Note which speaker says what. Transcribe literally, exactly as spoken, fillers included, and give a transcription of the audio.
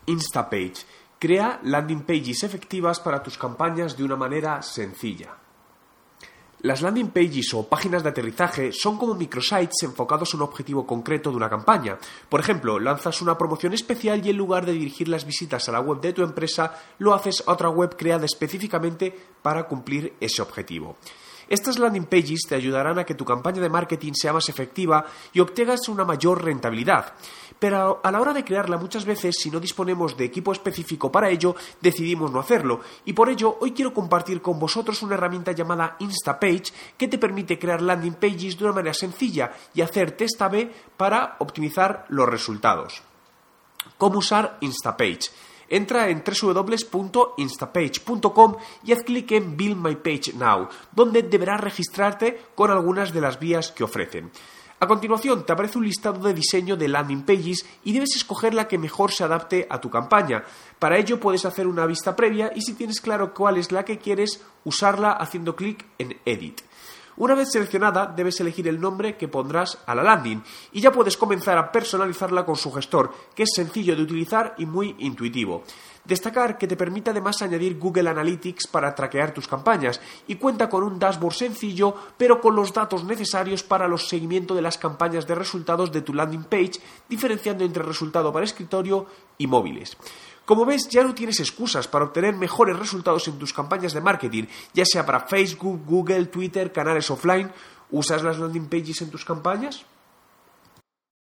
Speaker 1: Instapage. Crea landing pages efectivas para tus campañas de una manera sencilla. Las landing pages o páginas de aterrizaje son como microsites enfocados a un objetivo concreto de una campaña. Por ejemplo, lanzas una promoción especial y en lugar de dirigir las visitas a la web de tu empresa, lo haces a otra web creada específicamente para cumplir ese objetivo. Estas landing pages te ayudarán a que tu campaña de marketing sea más efectiva y obtengas una mayor rentabilidad. Pero a la hora de crearla muchas veces, si no disponemos de equipo específico para ello, decidimos no hacerlo. Y por ello, hoy quiero compartir con vosotros una herramienta llamada Instapage que te permite crear landing pages de una manera sencilla y hacer test A B para optimizar los resultados. ¿Cómo usar Instapage? Entra en doble u doble u doble u punto instapage punto com y haz clic en Build My Page Now, donde deberás registrarte con algunas de las vías que ofrecen. A continuación te aparece un listado de diseño de landing pages y debes escoger la que mejor se adapte a tu campaña. Para ello puedes hacer una vista previa y si tienes claro cuál es la que quieres, usarla haciendo clic en Edit. Una vez seleccionada, debes elegir el nombre que pondrás a la landing y ya puedes comenzar a personalizarla con su gestor, que es sencillo de utilizar y muy intuitivo. Destacar que te permite además añadir Google Analytics para traquear tus campañas y cuenta con un dashboard sencillo, pero con los datos necesarios para el seguimiento de las campañas de resultados de tu landing page, diferenciando entre resultado para escritorio y móviles. Como ves, ya no tienes excusas para obtener mejores resultados en tus campañas de marketing, ya sea para Facebook, Google, Twitter, canales offline. ¿Usas las landing pages en tus campañas?